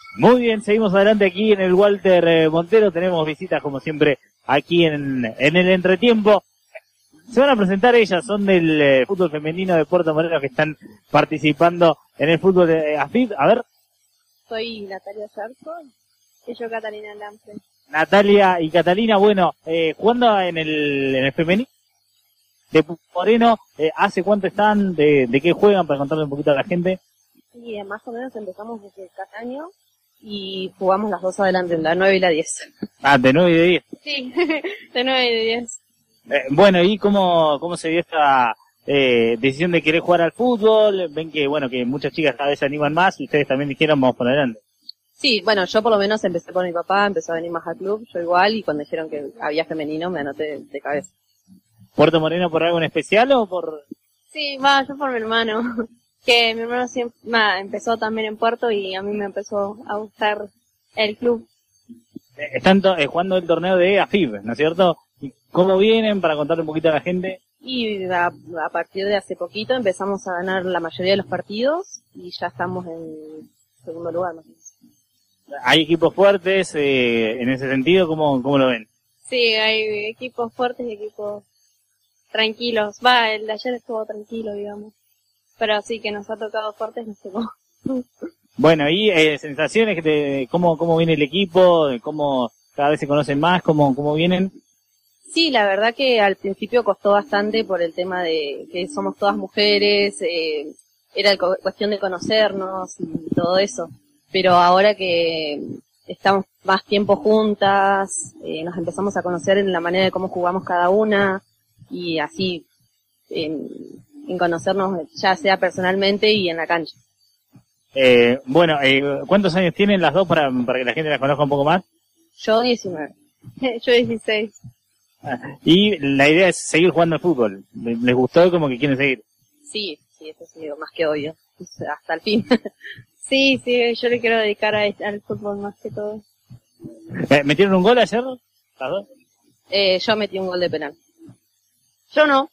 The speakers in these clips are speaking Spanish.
Muy bien, seguimos adelante aquí en el Walter Montero. Tenemos visitas como siempre aquí en el entretiempo. Se van a presentar ellas, son del fútbol femenino de Puerto Moreno que están participando en el fútbol de AFIB. A ver. Soy Natalia Yarzo y yo Catalina Lampe. Natalia y Catalina, bueno, jugando en el femenino de Moreno, ¿hace cuánto están? ¿De qué juegan? Para contarle un poquito a la gente. Sí, más o menos empezamos desde cada año y jugamos las dos adelante, la 9 y la 10. Ah, de 9 y de 10. Sí, de 9 y de 10. Bueno, ¿y cómo se dio esta decisión de querer jugar al fútbol? Ven que, bueno, que muchas chicas cada vez se animan más y ustedes también dijeron vamos por adelante. Sí, bueno, yo por lo menos empecé por mi papá, empezó a venir más al club, yo igual, y cuando dijeron que había femenino me anoté de cabeza. ¿Puerto Moreno por algo en especial o por...? Sí, yo por mi hermano, que mi hermano siempre empezó también en Puerto y a mí me empezó a gustar el club. Están jugando el torneo de AFIB, ¿no es cierto? ¿Y cómo vienen para contarle un poquito a la gente? Y a partir de hace poquito empezamos a ganar la mayoría de los partidos y ya estamos en segundo lugar, más o menos. ¿Hay equipos fuertes en ese sentido? ¿Cómo lo ven? Sí, hay equipos fuertes y equipos tranquilos. El de ayer estuvo tranquilo, digamos. Pero sí que nos ha tocado fuertes, no sé cómo. Bueno, y sensaciones cómo viene el equipo, cómo cada vez se conocen más, cómo vienen. Sí, la verdad que al principio costó bastante por el tema de que somos todas mujeres, era cuestión de conocernos y todo eso. Pero ahora que estamos más tiempo juntas, nos empezamos a conocer en la manera de cómo jugamos cada una y así en conocernos ya sea personalmente y en la cancha. Bueno, ¿cuántos años tienen las dos para que la gente las conozca un poco más? Yo 19. Yo 16. Y la idea es seguir jugando al fútbol. ¿Les gustó como que quieren seguir? Sí, eso sí, más que obvio. Hasta el fin. Sí, yo le quiero dedicar al fútbol más que todo. ¿Metieron un gol ayer? ¿Las dos? Yo metí un gol de penal. Yo no.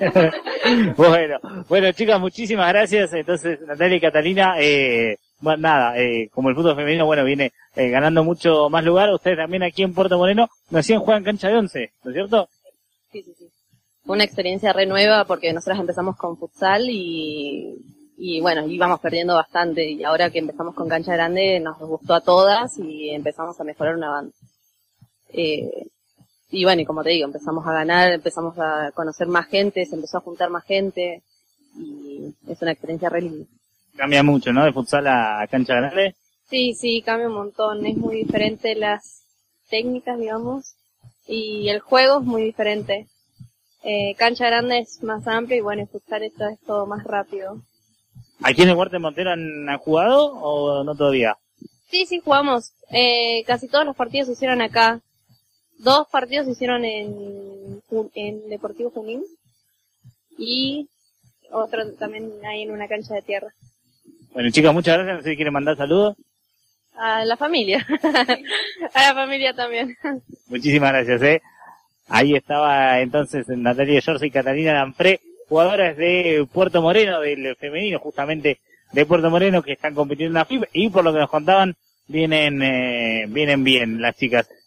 Bueno, chicas, muchísimas gracias. Entonces, Natalia y Catalina, bueno, nada, como el fútbol femenino, bueno, viene ganando mucho más lugar. Ustedes también aquí en Puerto Moreno, nos hacían jugar en cancha de 11, ¿no es cierto? Sí. Fue una experiencia re nueva porque nosotras empezamos con futsal y bueno, íbamos perdiendo bastante y ahora que empezamos con cancha grande nos gustó a todas y empezamos a mejorar una banda. Y bueno, y como te digo, empezamos a ganar, empezamos a conocer más gente, se empezó a juntar más gente y es una experiencia re linda. Cambia mucho, ¿no? De futsal a cancha grande. Sí, cambia un montón, es muy diferente las técnicas, digamos, y el juego es muy diferente. Cancha grande es más amplia y bueno, futsal esto es todo más rápido. ¿Aquí en el Walter Montero han jugado o no todavía? Sí, jugamos. Casi todos los partidos se hicieron acá. 2 partidos se hicieron en Deportivo Junín y otro también ahí en una cancha de tierra. Bueno, chicas, muchas gracias. No sé si quieren mandar saludos. A la familia. A la familia también. Muchísimas gracias, Ahí estaba entonces Natalia Yarzo y Catalina Lampré, jugadoras de Puerto Moreno, del femenino justamente de Puerto Moreno, que están compitiendo en la FIB y por lo que nos contaban vienen bien las chicas.